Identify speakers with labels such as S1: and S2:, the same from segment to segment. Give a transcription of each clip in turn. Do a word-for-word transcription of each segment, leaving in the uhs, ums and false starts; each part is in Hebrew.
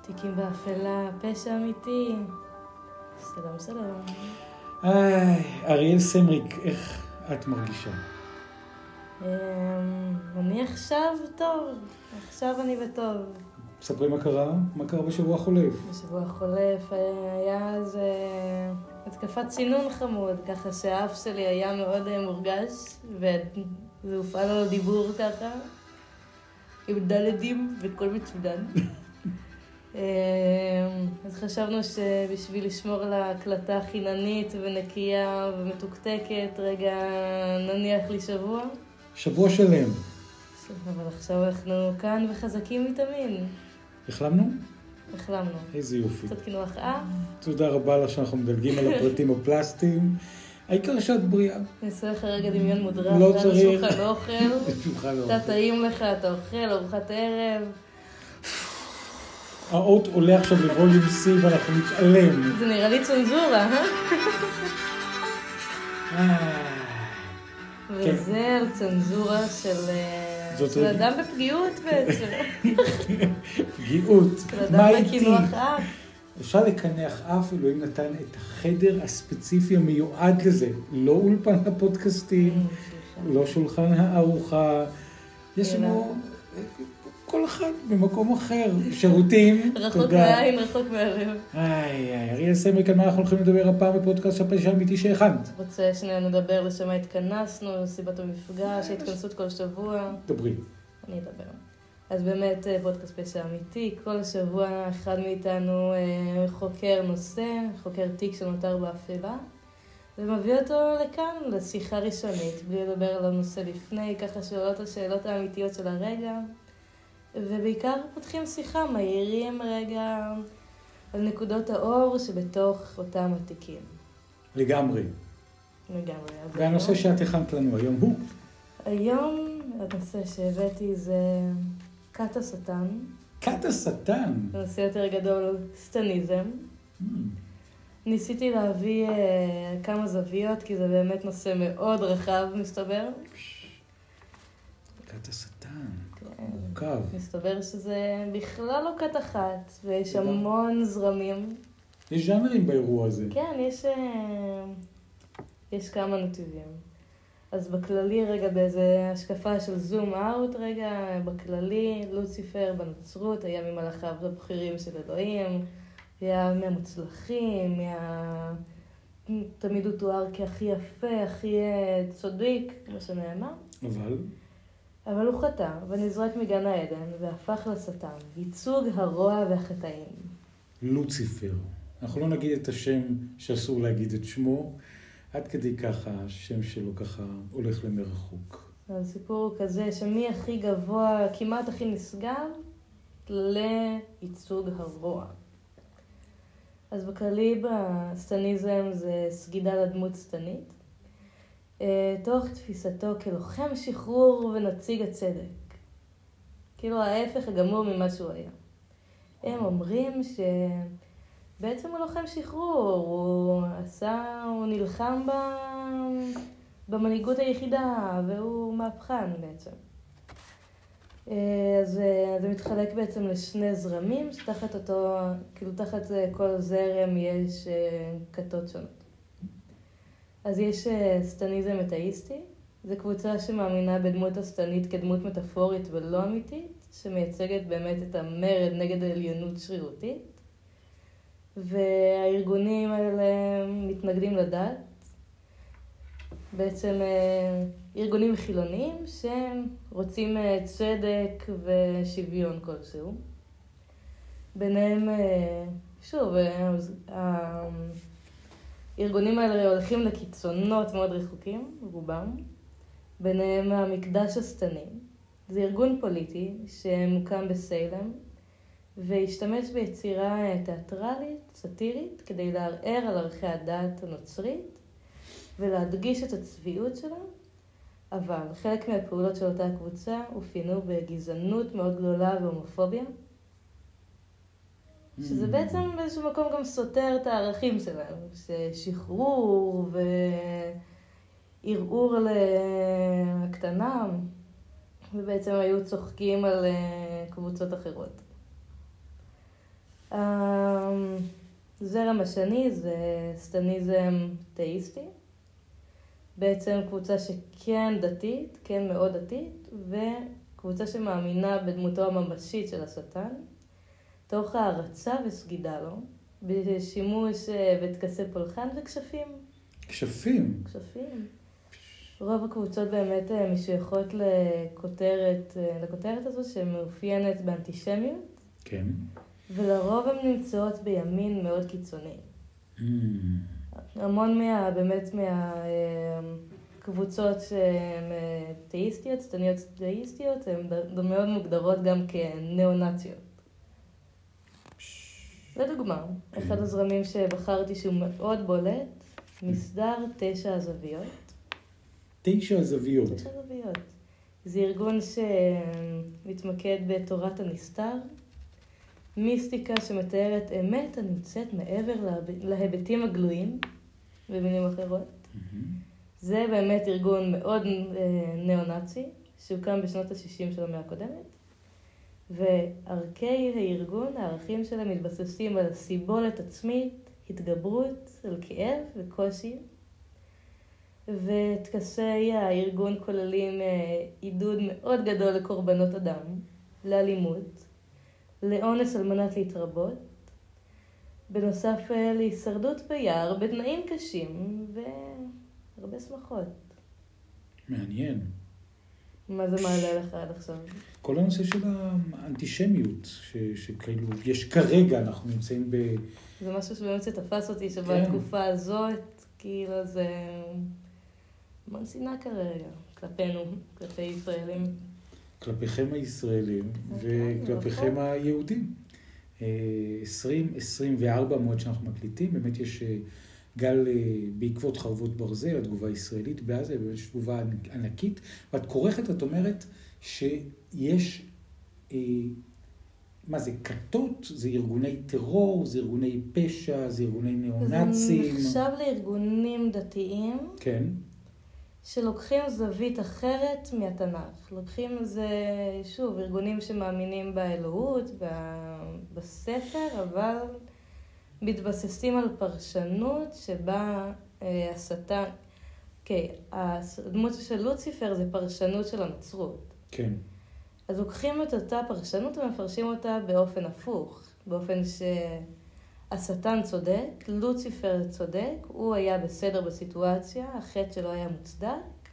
S1: תיקים באפלה, פשע אמיתי. שלום, שלום.
S2: היי, אריאל סמריק, איך את מרגישה?
S1: אני עכשיו טוב, עכשיו אני בטוב.
S2: ספרי מה קרה? מה קרה בשבוע החולף?
S1: בשבוע החולף היה איזה התקפת סינון חמוד, ככה שהאף שלי היה מאוד מורגש, וזה הופעל לו דיבור ככה, עם דלדים וכל מצודן. אז חשבנו שבשביל לשמור על ההקלטה חיננית ונקייה ומתוקתקת, רגע נניח לי שבוע.
S2: שבוע שלם.
S1: אבל עכשיו אנחנו כאן וחזקים מתאמין.
S2: החלמנו?
S1: החלמנו.
S2: איזה יופי.
S1: קצת קינוח אף.
S2: תודה רבה לה שאנחנו מדלגים על הפרטים הפלסטיים. העיקר שאת בריאה.
S1: אני אעשה לך רגע דמיון מודרך.
S2: לא צריך.
S1: שולחן אוכל.
S2: שולחן אוכל.
S1: אתה טעים לך, אתה אוכל, ארוחת ערב.
S2: האות עולה עכשיו לווליום C ואנחנו מתעלם.
S1: זה נראה לי צנזורה, אה? וזה על צנזורה של... של אדם בפגיעות בעצם.
S2: פגיעות.
S1: של אדם בקינוח אף.
S2: אפשר לקנח אף, אלוהים נתן את החדר הספציפי המיועד לזה. לא אולפן הפודקאסטים, לא שולחן הארוחה. יש לנו... כל אחד במקום אחר, שירותים,
S1: רחוק מהעין, רחוק מהלב.
S2: איי, איי, אריאל סמריק, על מה אנחנו הולכים לדבר הפעם בפודקאסט הפשע האמיתי שהכנת?
S1: רוצה שנייה נדבר לשם התכנסנו, סיבת המפגש, התכנסות כל שבוע.
S2: דברי.
S1: אני אדבר. אז באמת פודקאסט פשע אמיתי, כל שבוע אחד מאיתנו חוקר נושא, חוקר תיק שנותר באפלה, ומביא אותו לכאן לשיחה ראשונית, בלי לדבר על הנושא לפני, ככה שעולות השאלות האמיתיות של הרגע. ובעיקר פותחים שיחה, מהירים רגע על נקודות האור שבתוך אותם התיקים.
S2: לגמרי.
S1: לגמרי.
S2: והנושא שאת הכנת לנו היום הוא?
S1: היום הנושא שהבאתי זה כת השטן.
S2: כת השטן?
S1: הנושא יותר גדול, סטניזם.
S2: Mm.
S1: ניסיתי להביא uh, כמה זוויות, כי זה באמת נושא מאוד רחב, מסתבר.
S2: כת השטן. מורכב.
S1: מסתבר שזה בכלל לא כת אחת, ויש המון זרמים.
S2: יש ז'אנרים באירוע הזה.
S1: כן, יש, יש כמה נתיבים. אז בכללי רגע, באיזה השקפה של זום אאוט רגע, בכללי, לוציפר בנצרות היה ממלאכיו הבכירים של אלוהים, היה מהמוצלחים, מה... תמיד הוא תואר כהכי יפה, הכי צודק, כמו שנאמר.
S2: אבל?
S1: אבל הוא חטא ונזרק מגן העדן והפך לשטן, ייצוג הרוע והחטאים.
S2: לוציפר. אנחנו לא נגיד את השם שאסור להגיד את שמו, עד כדי ככה השם שלו ככה הולך למרחוק.
S1: הסיפור הוא כזה שמי הכי גבוה, כמעט הכי נסגר, לייצוג הרוע. אז בכללי בסטניזם זה סגידה לדמות סטנית. תוך תפיסתו כלוחם שחרור ונציג הצדק. כאילו ההפך הגמור ממה שהוא היה. הם אומרים שבעצם הוא לוחם שחרור, הוא עשה, הוא נלחם ב... במנהיגות היחידה, והוא מהפכן בעצם. אז זה מתחלק בעצם לשני זרמים, שתחת אותו, כאילו תחת כל זרם יש כתות שונות. אז יש סטניזם אתאיסטי, זו קבוצה שמאמינה בדמות הסטנית כדמות מטאפורית ולא אמיתית, שמייצגת באמת את המרד נגד העליונות שרירותית. והארגונים האלה מתנגדים לדת, בעצם ארגונים חילוניים שרוצים צדק ושוויון כלשהו. ביניהם, שוב, הארגונים האלה הולכים לקיצונות מאוד רחוקים, רובם. ביניהם המקדש השטני. זה ארגון פוליטי שמוקם בסיילם, והשתמש ביצירה תיאטרלית, סאטירית, כדי לערער על ערכי הדת הנוצרית, ולהדגיש את הצביעות שלה. אבל חלק מהפעולות של אותה קבוצה הופיינו בגזענות מאוד גדולה והומופוביה, שזה בעצם באיזשהו מקום גם סותר את הערכים שלהם, ששחרור וערעור להקטנה, ובעצם היו צוחקים על קבוצות אחרות. הזרם השני זה סטניזם תאיסטי. בעצם קבוצה שכן דתית, כן מאוד דתית, וקבוצה שמאמינה בדמותו הממשית של השטן, תוך הערצה וסגידה לו, בשימוש בטקסי פולחן וכשפים.
S2: כשפים?
S1: כשפים. רוב הקבוצות באמת משויכות לכותרת, לכותרת הזו שמאופיינת באנטישמיות.
S2: כן.
S1: ולרוב הן נמצאות בימין מאוד קיצוני.
S2: Mm.
S1: המון מה, באמת מהקבוצות שהן תאיסטיות, סטניות תאיסטיות, הן מאוד מוגדרות גם כנאו-נאציות. לדוגמה,
S2: כן.
S1: אחד הזרמים שבחרתי שהוא מאוד בולט, מסדר תשע הזוויות.
S2: תשע הזוויות.
S1: תשע הזוויות. זה ארגון שמתמקד בתורת הנסתר, מיסטיקה שמתארת אמת הנמצאת מעבר להיבטים הגלויים, במילים אחרות.
S2: Mm-hmm.
S1: זה באמת ארגון מאוד נאו-נאצי, שהוקם בשנות ה-שישים של המאה הקודמת, וערכי הארגון, הערכים שלהם מתבססים על סיבולת עצמית, התגברות, על כאב וקושי, וטקסי הארגון כוללים עידוד מאוד גדול לקורבנות אדם, לאלימות, לאונס על מנת להתרבות, בנוסף להישרדות ביער בתנאים קשים והרבה שמחות.
S2: מעניין.
S1: מה זה מעלה לך עד עכשיו?
S2: כל הנושא של האנטישמיות, ש, שכאילו, יש כרגע, אנחנו נמצאים ב...
S1: זה משהו שבאמת שתפס אותי, שבתקופה כן. הזאת, כאילו זה... המון שנאה כרגע, כלפינו, כלפי ישראלים.
S2: כלפיכם הישראלים וכלפיכם היהודים. עשרים עשרים וארבע מועד שאנחנו מקליטים, באמת יש גל בעקבות חרבות ברזל, התגובה הישראלית בעזה, באמת יש תגובה ענקית, ואת כורכת, את אומרת שיש, מה זה, כתות, זה ארגוני טרור, זה ארגוני פשע, זה ארגוני ניאו-נאצים.
S1: זה נחשב לארגונים דתיים. כן. שלוקחים זווית אחרת מהתנ"ך. לוקחים זה, שוב, ארגונים שמאמינים באלוהות, בספר, אבל מתבססים על פרשנות שבה אה, השטן... אוקיי, הדמות של לוציפר זה פרשנות של הנצרות.
S2: כן.
S1: אז לוקחים את אותה פרשנות ומפרשים אותה באופן הפוך, באופן שהשטן צודק, לוציפר צודק, הוא היה בסדר בסיטואציה, החטא שלו היה מוצדק,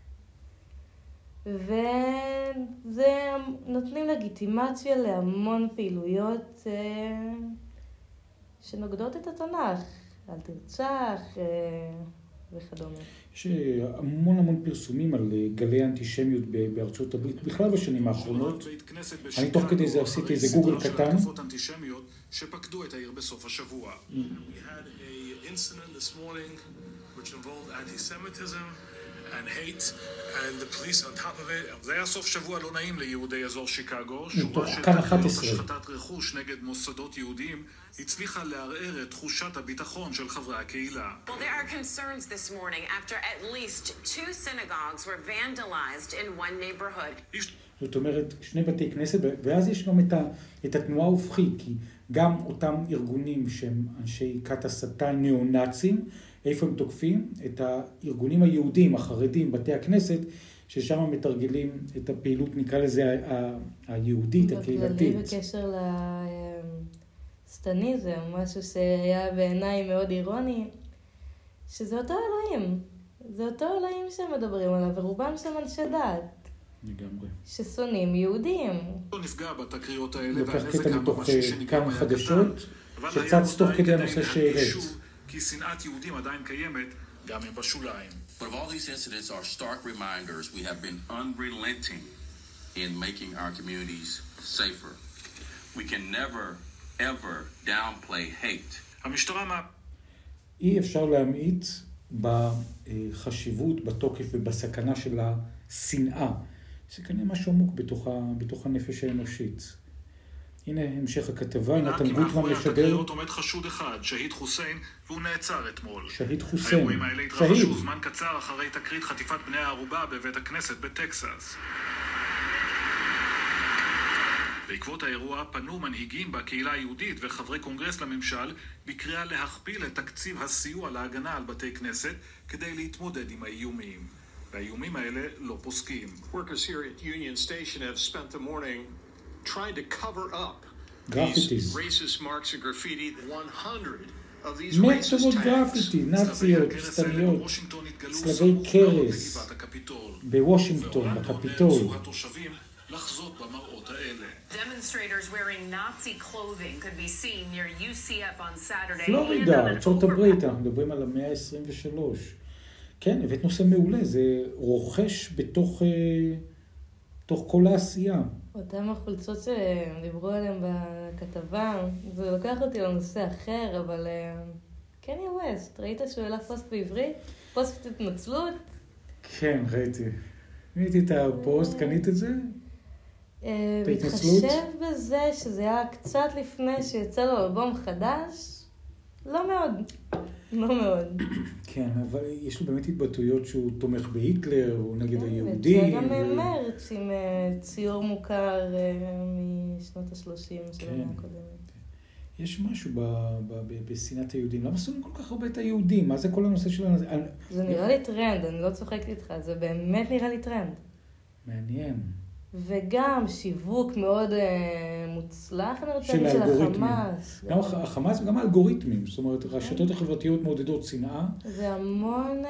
S1: וזה נותנים לגיטימציה להמון פעילויות אה, שנוגדות את התנ"ך, אל תרצח אה, וכדומה.
S2: יש המון המון פרסומים על גלי אנטישמיות בארצות הברית, בכלל בשנים האחרונות. אני תוך כדי זה עשיתי איזה גוגל קטן.
S3: אנטישמיות שפקדו את העיר בסוף השבוע. We had a incident this morning which involved anti-Semitism and hate and the police on top of it. זה היה סוף שבוע לא נעים ליהודי אזור שיקגו. שורה של תקריות השחתת רכוש נגד מוסדות יהודיים הצליחה לערער את תחושת הביטחון של חברי הקהילה.
S4: Well, there are concerns this morning after at least two synagogues were vandalized in one neighborhood.
S2: זאת אומרת, שני בתי כנסת, ואז יש גם את, ה, את התנועה ההופכית, כי גם אותם ארגונים שהם אנשי כת השטן ניאו-נאצים, איפה הם תוקפים? את הארגונים היהודים, החרדים, בתי הכנסת, ששם מתרגלים את הפעילות, נקרא לזה, היהודית, הקהילתית.
S1: בכללי בקשר לסטניזם, משהו שהיה בעיניי מאוד אירוני, שזה אותו אלוהים. זה אותו אלוהים שהם מדברים עליו, ורובם שם אנשי דת.
S2: לגמרי.
S1: ששונאים יהודים.
S3: לא נפגע בתקריות האלה,
S2: לוקח קטע מתוך כמה חדשות, שצץ תוך כדי הנושא שהעלית.
S3: כי שנאת יהודים עדיין קיימת, גם אם בשוליים.
S5: But all these incidents are stark reminders we have been unrelenting in making our communities safer. We can never, ever downplay hate.
S3: המשטרה מה...
S2: אי אפשר להמעיט בחשיבות, בתוקף ובסכנה של השנאה. זה כנראה משהו עמוק בתוך, בתוך הנפש האנושית. הנה המשך הכתבה, נתן גוטמן משדר.
S3: מאחורי התקריות עומד חשוד אחד, שהיד חוסיין, והוא נעצר אתמול.
S2: שהיד חוסיין.
S3: האירועים האלה התרחשו זמן קצר אחרי תקרית חטיפת בני הערובה בבית הכנסת בטקסס. בעקבות האירוע פנו מנהיגים בקהילה היהודית וחברי קונגרס לממשל בקריאה להכפיל את תקציב הסיוע להגנה על בתי כנסת כדי להתמודד עם האיומים. והאיומים האלה לא פוסקים.
S6: Workers here at Union Station have spent the morning trying to cover up
S2: Graffitis.
S6: these racist marks and graffiti. one hundred of these racist tags.
S2: גרפיטי, נאציות, סתמיות, צלבי קרס, בוושינגטון, בקפיטול.
S3: לחזות במראות האלה.
S4: Demonstrators wearing Nazi clothing could be seen near U C F on Saturday.
S2: פלורידה, ארצות הברית, אנחנו מדברים על המאה ה-עשרים ושלוש. כן, הבאת נושא מעולה, זה רוכש בתוך, בתוך כל העשייה.
S1: אותם החולצות שדיברו עליהם בכתבה, זה לוקח אותי לנושא אחר, אבל קניה ווסט, ראית שהוא העלה פוסט בעברית? פוסט התנצלות?
S2: כן, ראיתי. ראיתי את הפוסט, קנית את זה?
S1: מתחשב בזה שזה היה קצת לפני שיצא לו אלבום חדש, לא מאוד, לא מאוד.
S2: כן, אבל יש לו באמת התבטאויות שהוא תומך בהיטלר, הוא נגד היהודים.
S1: זה גם מרץ עם ציור מוכר משנות ה-שלושים של המאה הקודמת.
S2: יש משהו בשנאת היהודים. למה שונאים כל כך הרבה את היהודים? מה זה כל הנושא שלנו?
S1: זה נראה לי טרנד, אני לא צוחקת איתך, זה באמת נראה לי טרנד.
S2: מעניין.
S1: וגם שיווק מאוד מוצלח, אני רוצה להגיד, של החמאס.
S2: גם החמאס וגם האלגוריתמים, זאת אומרת, הרשתות החברתיות מעודדות שנאה.
S1: והמון,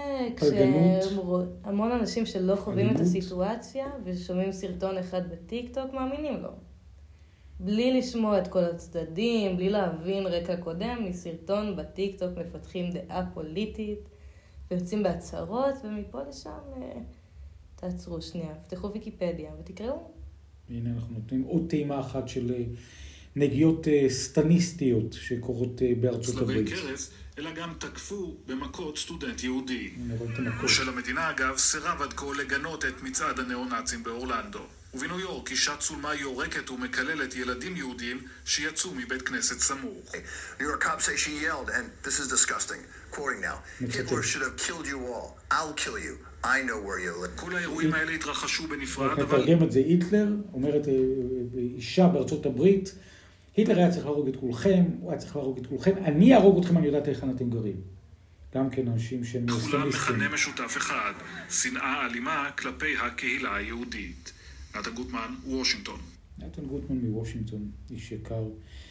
S1: המון אנשים שלא חווים את הסיטואציה, ושומעים סרטון אחד בטיק-טוק, מאמינים לו. בלי לשמוע את כל הצדדים, בלי להבין רקע קודם, מסרטון בטיק-טוק מפתחים דעה פוליטית, ויוצאים בהצהרות, ומפה לשם תעצרו שנייה, פתחו ויקיפדיה ותקראו.
S2: הנה אנחנו נותנים עוד טעימה אחת של נגיעות סטניסטיות שקורות בארצות הברית.
S3: צלבי קרס, אלא גם תקפו במכות סטודנט יהודי. של המדינה אגב סירב עד כה לגנות את מצעד הנאו-נאצים באורלנדו. ובניו יורק אישה צולמה יורקת ומקללת ילדים יהודים שיצאו מבית כנסת סמוך.
S7: New York cops say she yelled, and this is disgusting. Quoting now, Hitler should have killed you all. I'll kill you. I know where you live.
S3: כל האירועים האלה התרחשו בנפרד,
S2: אבל... נתרגם את זה, היטלר, אומרת אישה בארצות הברית, היטלר היה צריך להרוג את כולכם, הוא היה צריך להרוג את כולכם, אני ארוג אתכם, אני יודעת איך אתם גרים. גם כן אנשים שהם...
S3: כולם מכנה משותף אחד, שנאה אלימה כלפי הקהילה היהודית. נתן גוטמן, וושינגטון.
S2: נתן גוטמן מוושינגטון, איש יקר.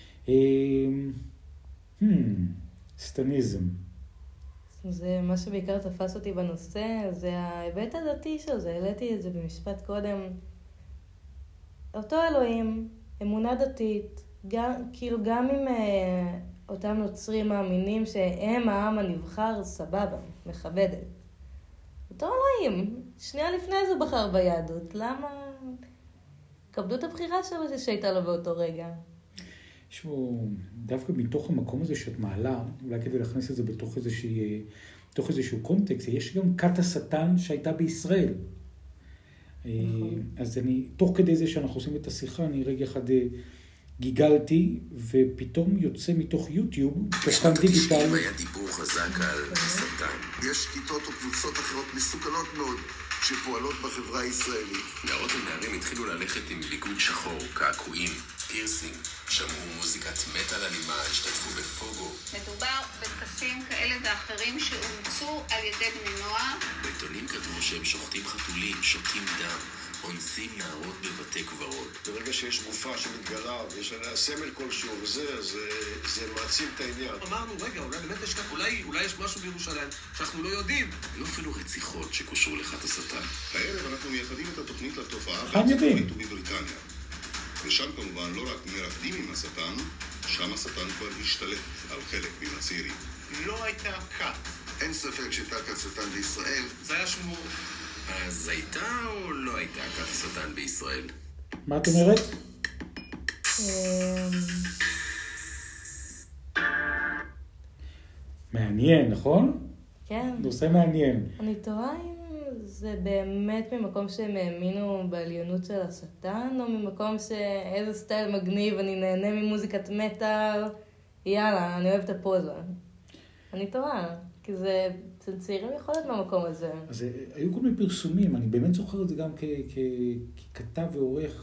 S2: סטניזם.
S1: זה מה שבעיקר תפס אותי בנושא, זה ההיבט הדתי של זה, העליתי את זה במשפט קודם. אותו אלוהים, אמונה דתית, גם, כאילו גם אם אה, אותם נוצרים מאמינים שהם העם הנבחר, סבבה, מכבדת. אותו אלוהים, שנייה לפני זה בחר ביהדות, למה? כבדו את הבחירה שלו שהייתה לו באותו רגע.
S2: יש בו, דווקא מתוך המקום הזה שאת מעלה, אולי כדי להכניס את זה בתוך איזושהי, בתוך איזשהו קונטקסט, יש גם כת השטן שהייתה בישראל. נכון. אז אני, תוך כדי זה שאנחנו עושים את השיחה, אני רגע אחד גיגלתי, ופתאום יוצא מתוך יוטיוב, תוכן דיגיטל.
S7: היה דיבור חזק על שטן. יש כיתות או קבוצות אחרות מסוכנות מאוד, שפועלות בחברה הישראלית.
S5: נערות ונערים התחילו ללכת עם ביגוד שחור, קעקועים, פירסינג, שמעו מוזיקת מטל אלימה, השתתפו בפוגו.
S8: מדובר בטקסים כאלה ואחרים שאומצו על ידי בני נוער.
S5: בעיתונים כתבו שהם שוחטים חתולים, שותים דם, אונסים נערות בבתי קברות.
S6: ברגע שיש גופה שמתגלה ויש עליה סמל כלשהו וזה, אז זה מעצים את העניין. אמרנו, רגע, אולי באמת יש כך, אולי, אולי יש משהו בירושלים שאנחנו לא יודעים.
S5: לא אפילו רציחות שקושרו לכת השטן.
S9: הערב אנחנו מייחדים את התוכנית לתופעה
S2: בארצות הברית
S9: ובבריטניה. ושם כמובן לא רק מרקדים עם השטן, שם השטן כבר השתלט על חלק מן הצעירים.
S6: לא הייתה כת.
S9: אין ספק שהייתה כת שטן בישראל.
S6: זה היה שמור.
S5: אז הייתה או לא הייתה כת השטן בישראל?
S2: מה את אומרת? מעניין, נכון?
S1: כן.
S2: נושא מעניין.
S1: אני תוהה אם זה באמת ממקום שהם האמינו בעליונות של השטן, או ממקום שאיזה סטייל מגניב, אני נהנה ממוזיקת מטל, יאללה, אני אוהב את הפוזה. אני תוהה, כי זה, אצל צעירים יכול להיות מהמקום הזה.
S2: אז היו כל מיני פרסומים, אני באמת זוכר את זה גם ככתב ועורך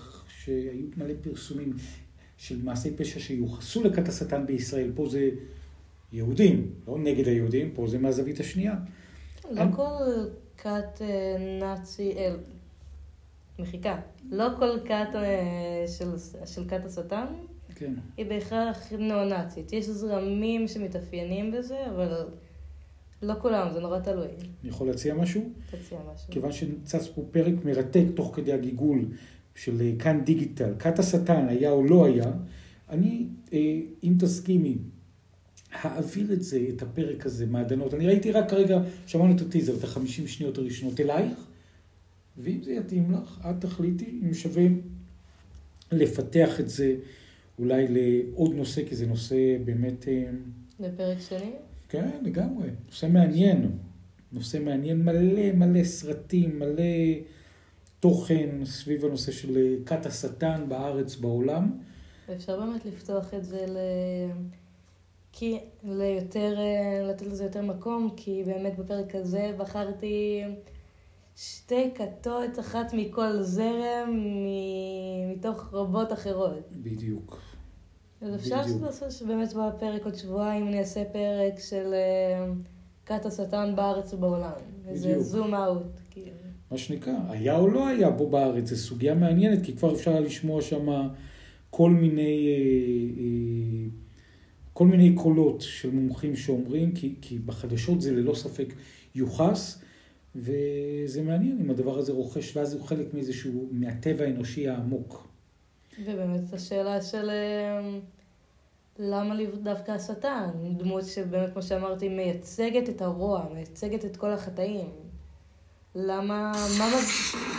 S2: שהיו מלא פרסומים של מעשי פשע שיוחסו לכת השטן בישראל. פה זה יהודים, לא נגד היהודים, פה זה מהזווית השנייה.
S1: לא
S2: אני...
S1: כל כת נאצי, אל... מחיקה. לא כל כת של, של כת השטן
S2: כן.
S1: היא בהכרח נאו-נאצית. יש זרמים שמתאפיינים בזה, אבל לא כולם, זה נורא תלוי.
S2: אני יכול להציע משהו?
S1: תציע משהו.
S2: כיוון שנצץ פה פרק מרתק תוך כדי הגיגול של כאן דיגיטל, כת השטן היה או לא היה, אני, אם תסכימי, האוויר את זה, את הפרק הזה, מעדנות. אני ראיתי רק כרגע, שמענו את הטיזר, את החמישים שניות הראשונות אלייך, ואם זה יתאים לך, את תחליטי אם שווה לפתח את זה אולי לעוד נושא, כי זה נושא באמת...
S1: לפרק שני?
S2: כן, לגמרי. נושא מעניין. נושא מעניין, מלא מלא סרטים, מלא תוכן סביב הנושא של כת השטן בארץ, בעולם.
S1: ואפשר באמת לפתוח את זה ל... כי ליותר, לתת לזה יותר מקום, כי באמת בפרק הזה בחרתי שתי כתות, אחת מכל זרם, מתוך רבות אחרות.
S2: בדיוק.
S1: אז אפשר לעשות שבאמת בפרק עוד שבועיים אני אעשה פרק של כת השטן בארץ ובעולם. וזה זום אאוט.
S2: מה שנקרא, היה או לא היה פה בארץ, זו סוגיה מעניינת, כי כבר אפשר לשמוע שם כל מיני... כל מיני קולות של מומחים שאומרים, כי, כי בחדשות זה ללא ספק יוחס, וזה מעניין אם הדבר הזה רוכש, ואז הוא חלק מאיזשהו, מהטבע האנושי העמוק.
S1: ובאמת השאלה של למה דווקא השטן, דמות שבאמת, כמו שאמרתי, מייצגת את הרוע, מייצגת את כל החטאים. למה, מה מז...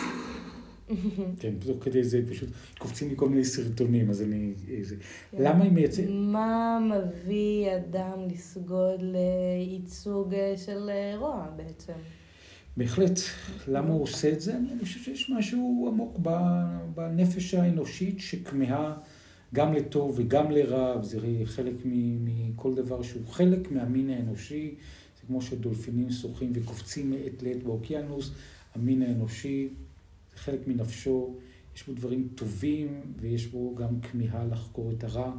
S2: כן, תוך כדי זה פשוט קופצים לי כל מיני סרטונים, אז אני... למה היא מייצגת?
S1: מה מביא אדם לסגוד לייצוג של רוע בעצם?
S2: בהחלט. למה הוא עושה את זה? אני חושב שיש משהו עמוק בנפש האנושית שכמהה גם לטוב וגם לרע, זה חלק מכל דבר שהוא חלק מהמין האנושי, זה כמו שדולפינים שוחים וקופצים מעת לעת באוקיינוס, המין האנושי זה חלק מנפשו, יש בו דברים טובים ויש בו גם כמיהה לחקור את הרע,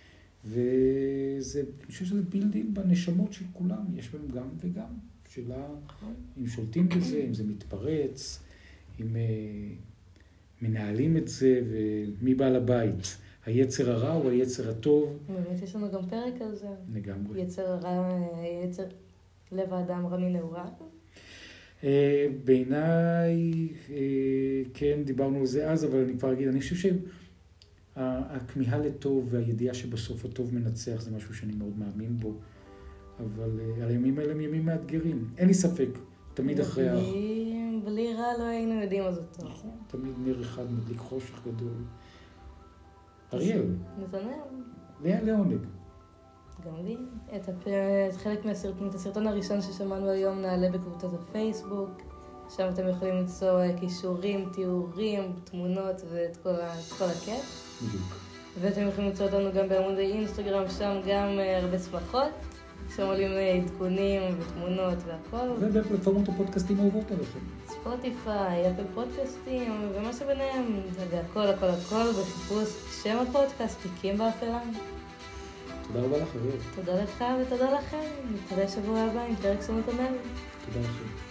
S2: וזה, אני חושב שזה בילדין בנשמות של כולם, יש בהם גם וגם. שאלה, אם שולטים בזה, אם זה מתפרץ, אם uh, מנהלים את זה, ומי בעל הבית, היצר הרע או היצר הטוב.
S1: באמת יש לנו גם פרק על זה.
S2: לגמרי.
S1: יצר הרע, יצר לב האדם רע מנעוריו.
S2: Uh, בעיניי, uh, כן, דיברנו על זה אז, אבל אני כבר אגיד, אני חושב שהכמיהה לטוב והידיעה שבסוף הטוב מנצח, זה משהו שאני מאוד מאמין בו. אבל הימים האלה הם ימים מאתגרים. אין לי ספק, תמיד אחרי ה...
S1: בלי רע לא היינו יודעים מה זה טוב.
S2: נכון, תמיד נר אחד מדליק חושך גדול. אריאל.
S1: נתנאל.
S2: לאה לעונג.
S1: גם לי. את חלק מהסרטון, את הסרטון הראשון ששמענו היום נעלה בקבוצת הפייסבוק. שם אתם יכולים למצוא קישורים, תיאורים, תמונות ואת כל הכיף.
S2: בדיוק.
S1: ואתם יכולים למצוא אותנו גם בעמודי אינסטגרם, שם גם הרבה שמחות. שם עולים עדכונים ותמונות והכל.
S2: ובפלטפורמות הפודקאסטים האהובות עליכם.
S1: ספוטיפיי, אפל פודקאסטים ומה שביניהם. והכל, הכל, הכל בחיפוש שם הפודקאסט, תיקים באפלה.
S2: תודה רבה לך, אריאל.
S1: תודה לך ותודה לכם. נתראה שבוע הבא עם פרק סומת הנאל.
S2: תודה לכם.